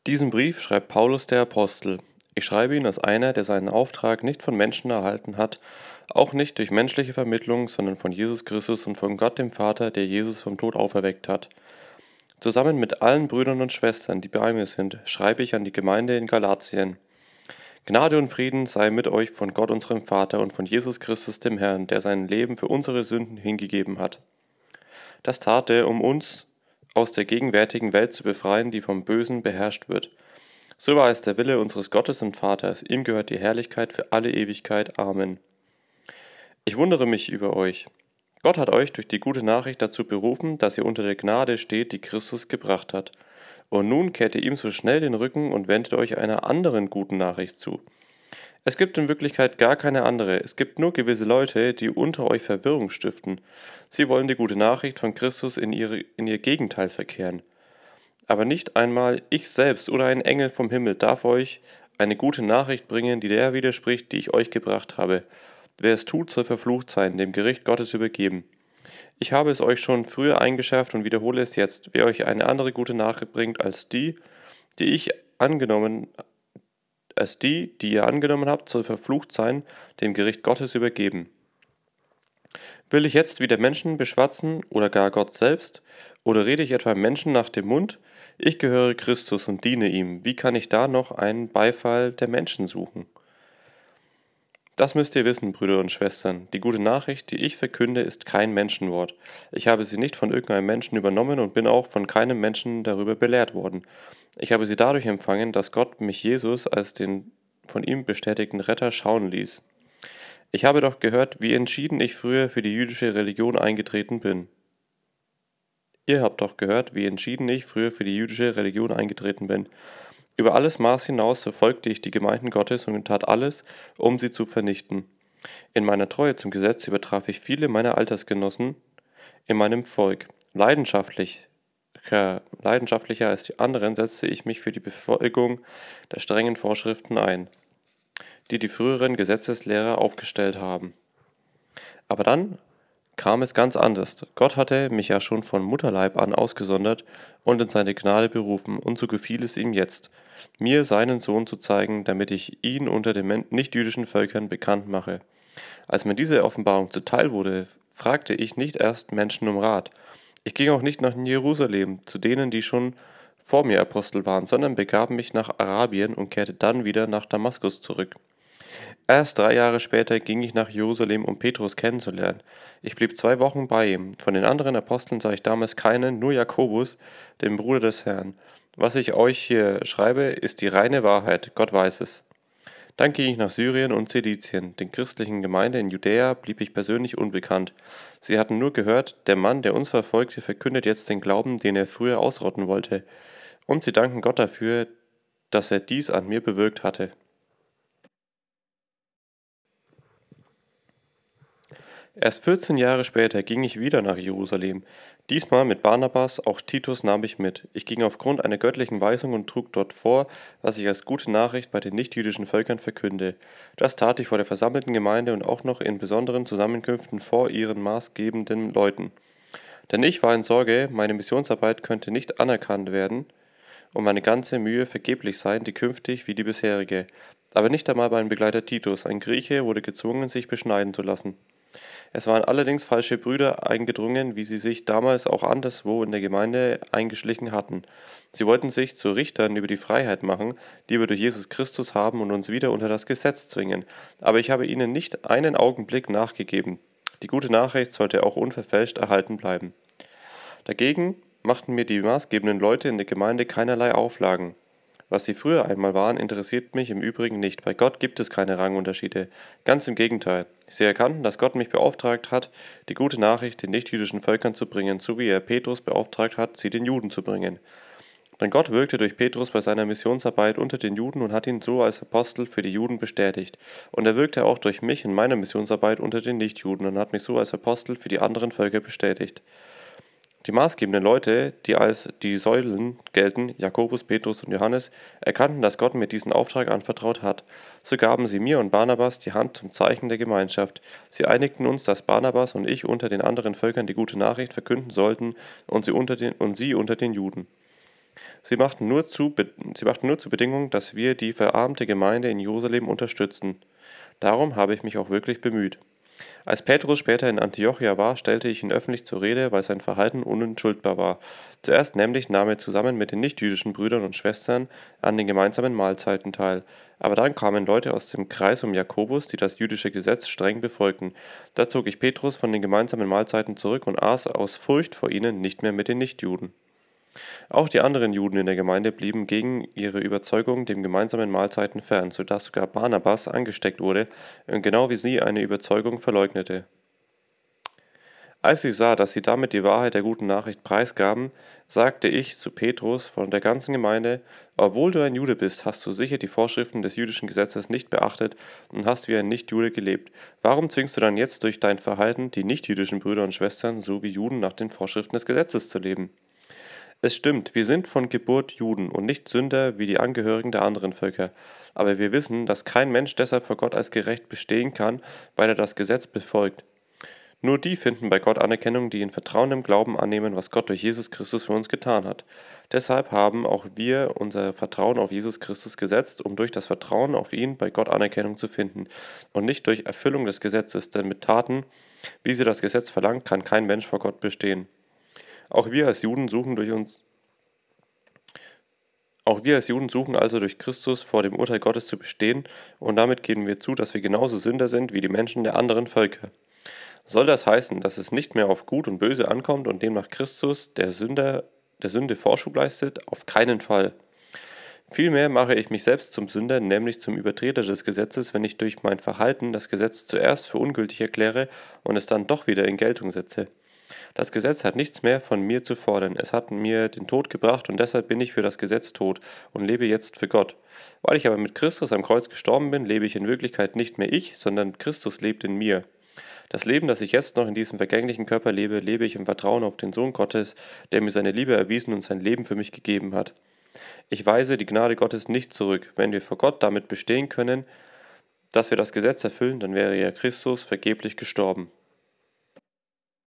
Diesen Brief schreibt Paulus der Apostel. Ich schreibe ihn als einer, der seinen Auftrag nicht von Menschen erhalten hat, auch nicht durch menschliche Vermittlung, sondern von Jesus Christus und von Gott dem Vater, der Jesus vom Tod auferweckt hat. Zusammen mit allen Brüdern und Schwestern, die bei mir sind, schreibe ich an die Gemeinde in Galatien. Gnade und Frieden sei mit euch von Gott unserem Vater und von Jesus Christus dem Herrn, der sein Leben für unsere Sünden hingegeben hat. Das tat er, um uns aus der gegenwärtigen Welt zu befreien, die vom Bösen beherrscht wird. So war es der Wille unseres Gottes und Vaters, ihm gehört die Herrlichkeit für alle Ewigkeit. Amen. Ich wundere mich über euch. Gott hat euch durch die gute Nachricht dazu berufen, dass ihr unter der Gnade steht, die Christus gebracht hat. Und nun kehrt ihr ihm so schnell den Rücken und wendet euch einer anderen guten Nachricht zu. Es gibt in Wirklichkeit gar keine andere, es gibt nur gewisse Leute, die unter euch Verwirrung stiften. Sie wollen die gute Nachricht von Christus in ihr Gegenteil verkehren. Aber nicht einmal ich selbst oder ein Engel vom Himmel darf euch eine gute Nachricht bringen, die der widerspricht, die ich euch gebracht habe. Wer es tut, soll verflucht sein, dem Gericht Gottes übergeben. Ich habe es euch schon früher eingeschärft und wiederhole es jetzt. Wer euch eine andere gute Nachricht bringt als die ihr angenommen habt, soll verflucht sein, dem Gericht Gottes übergeben. Will ich jetzt wieder Menschen beschwatzen oder gar Gott selbst? Oder rede ich etwa Menschen nach dem Mund? Ich gehöre Christus und diene ihm. Wie kann ich da noch einen Beifall der Menschen suchen? Das müsst ihr wissen, Brüder und Schwestern. Die gute Nachricht, die ich verkünde, ist kein Menschenwort. Ich habe sie nicht von irgendeinem Menschen übernommen und bin auch von keinem Menschen darüber belehrt worden. Ich habe sie dadurch empfangen, dass Gott mich Jesus als den von ihm bestätigten Retter schauen ließ. Ich habe doch gehört, wie entschieden ich früher für die jüdische Religion eingetreten bin. Ihr habt doch gehört, wie entschieden ich früher für die jüdische Religion eingetreten bin. Über alles Maß hinaus verfolgte ich die Gemeinden Gottes und tat alles, um sie zu vernichten. In meiner Treue zum Gesetz übertraf ich viele meiner Altersgenossen in meinem Volk. Leidenschaftlicher als die anderen setzte ich mich für die Befolgung der strengen Vorschriften ein, die die früheren Gesetzeslehrer aufgestellt haben. Aber dann kam es ganz anders. Gott hatte mich ja schon von Mutterleib an ausgesondert und in seine Gnade berufen, und so gefiel es ihm jetzt, mir seinen Sohn zu zeigen, damit ich ihn unter den nichtjüdischen Völkern bekannt mache. Als mir diese Offenbarung zuteil wurde, fragte ich nicht erst Menschen um Rat. Ich ging auch nicht nach Jerusalem, zu denen, die schon vor mir Apostel waren, sondern begab mich nach Arabien und kehrte dann wieder nach Damaskus zurück. Erst 3 Jahre später ging ich nach Jerusalem, um Petrus kennenzulernen. Ich blieb 2 Wochen bei ihm. Von den anderen Aposteln sah ich damals keinen, nur Jakobus, den Bruder des Herrn. Was ich euch hier schreibe, ist die reine Wahrheit, Gott weiß es. Dann ging ich nach Syrien und Zilizien. Den christlichen Gemeinden in Judäa blieb ich persönlich unbekannt. Sie hatten nur gehört, der Mann, der uns verfolgte, verkündet jetzt den Glauben, den er früher ausrotten wollte. Und sie danken Gott dafür, dass er dies an mir bewirkt hatte. Erst 14 Jahre später ging ich wieder nach Jerusalem, diesmal mit Barnabas, auch Titus nahm ich mit. Ich ging aufgrund einer göttlichen Weisung und trug dort vor, was ich als gute Nachricht bei den nichtjüdischen Völkern verkünde. Das tat ich vor der versammelten Gemeinde und auch noch in besonderen Zusammenkünften vor ihren maßgebenden Leuten. Denn ich war in Sorge, meine Missionsarbeit könnte nicht anerkannt werden und meine ganze Mühe vergeblich sein, die künftig wie die bisherige. Aber nicht einmal mein Begleiter Titus, ein Grieche, wurde gezwungen, sich beschneiden zu lassen. Es waren allerdings falsche Brüder eingedrungen, wie sie sich damals auch anderswo in der Gemeinde eingeschlichen hatten. Sie wollten sich zu Richtern über die Freiheit machen, die wir durch Jesus Christus haben und uns wieder unter das Gesetz zwingen. Aber ich habe ihnen nicht einen Augenblick nachgegeben. Die gute Nachricht sollte auch unverfälscht erhalten bleiben. Dagegen machten mir die maßgebenden Leute in der Gemeinde keinerlei Auflagen. Was sie früher einmal waren, interessiert mich im Übrigen nicht. Bei Gott gibt es keine Rangunterschiede. Ganz im Gegenteil. Sie erkannten, dass Gott mich beauftragt hat, die gute Nachricht den nichtjüdischen Völkern zu bringen, so wie er Petrus beauftragt hat, sie den Juden zu bringen. Denn Gott wirkte durch Petrus bei seiner Missionsarbeit unter den Juden und hat ihn so als Apostel für die Juden bestätigt. Und er wirkte auch durch mich in meiner Missionsarbeit unter den Nichtjuden und hat mich so als Apostel für die anderen Völker bestätigt. Die maßgebenden Leute, die als die Säulen gelten, Jakobus, Petrus und Johannes, erkannten, dass Gott mir diesen Auftrag anvertraut hat. So gaben sie mir und Barnabas die Hand zum Zeichen der Gemeinschaft. Sie einigten uns, dass Barnabas und ich unter den anderen Völkern die gute Nachricht verkünden sollten und sie unter den Juden. Sie machten nur zur Bedingung, dass wir die verarmte Gemeinde in Jerusalem unterstützten. Darum habe ich mich auch wirklich bemüht. Als Petrus später in Antiochia war, stellte ich ihn öffentlich zur Rede, weil sein Verhalten unentschuldbar war. Zuerst nämlich nahm er zusammen mit den nichtjüdischen Brüdern und Schwestern an den gemeinsamen Mahlzeiten teil. Aber dann kamen Leute aus dem Kreis um Jakobus, die das jüdische Gesetz streng befolgten. Da zog ich Petrus von den gemeinsamen Mahlzeiten zurück und aß aus Furcht vor ihnen nicht mehr mit den Nichtjuden. Auch die anderen Juden in der Gemeinde blieben gegen ihre Überzeugung dem gemeinsamen Mahlzeiten fern, sodass sogar Barnabas angesteckt wurde und genau wie sie eine Überzeugung verleugnete. Als ich sah, dass sie damit die Wahrheit der guten Nachricht preisgaben, sagte ich zu Petrus von der ganzen Gemeinde: Obwohl du ein Jude bist, hast du sicher die Vorschriften des jüdischen Gesetzes nicht beachtet und hast wie ein Nichtjude gelebt. Warum zwingst du dann jetzt durch dein Verhalten die nichtjüdischen Brüder und Schwestern so wie Juden nach den Vorschriften des Gesetzes zu leben? Es stimmt, wir sind von Geburt Juden und nicht Sünder wie die Angehörigen der anderen Völker. Aber wir wissen, dass kein Mensch deshalb vor Gott als gerecht bestehen kann, weil er das Gesetz befolgt. Nur die finden bei Gott Anerkennung, die in vertrauendem Glauben annehmen, was Gott durch Jesus Christus für uns getan hat. Deshalb haben auch wir unser Vertrauen auf Jesus Christus gesetzt, um durch das Vertrauen auf ihn bei Gott Anerkennung zu finden und nicht durch Erfüllung des Gesetzes, denn mit Taten, wie sie das Gesetz verlangt, kann kein Mensch vor Gott bestehen. Auch wir als Juden suchen durch uns Auch wir als Juden suchen also durch Christus vor dem Urteil Gottes zu bestehen, und damit geben wir zu, dass wir genauso Sünder sind wie die Menschen der anderen Völker. Soll das heißen, dass es nicht mehr auf Gut und Böse ankommt und demnach Christus der Sünde Vorschub leistet? Auf keinen Fall. Vielmehr mache ich mich selbst zum Sünder, nämlich zum Übertreter des Gesetzes, wenn ich durch mein Verhalten das Gesetz zuerst für ungültig erkläre und es dann doch wieder in Geltung setze. Das Gesetz hat nichts mehr von mir zu fordern. Es hat mir den Tod gebracht und deshalb bin ich für das Gesetz tot und lebe jetzt für Gott. Weil ich aber mit Christus am Kreuz gestorben bin, lebe ich in Wirklichkeit nicht mehr ich, sondern Christus lebt in mir. Das Leben, das ich jetzt noch in diesem vergänglichen Körper lebe, lebe ich im Vertrauen auf den Sohn Gottes, der mir seine Liebe erwiesen und sein Leben für mich gegeben hat. Ich weise die Gnade Gottes nicht zurück. Wenn wir vor Gott damit bestehen können, dass wir das Gesetz erfüllen, dann wäre ja Christus vergeblich gestorben.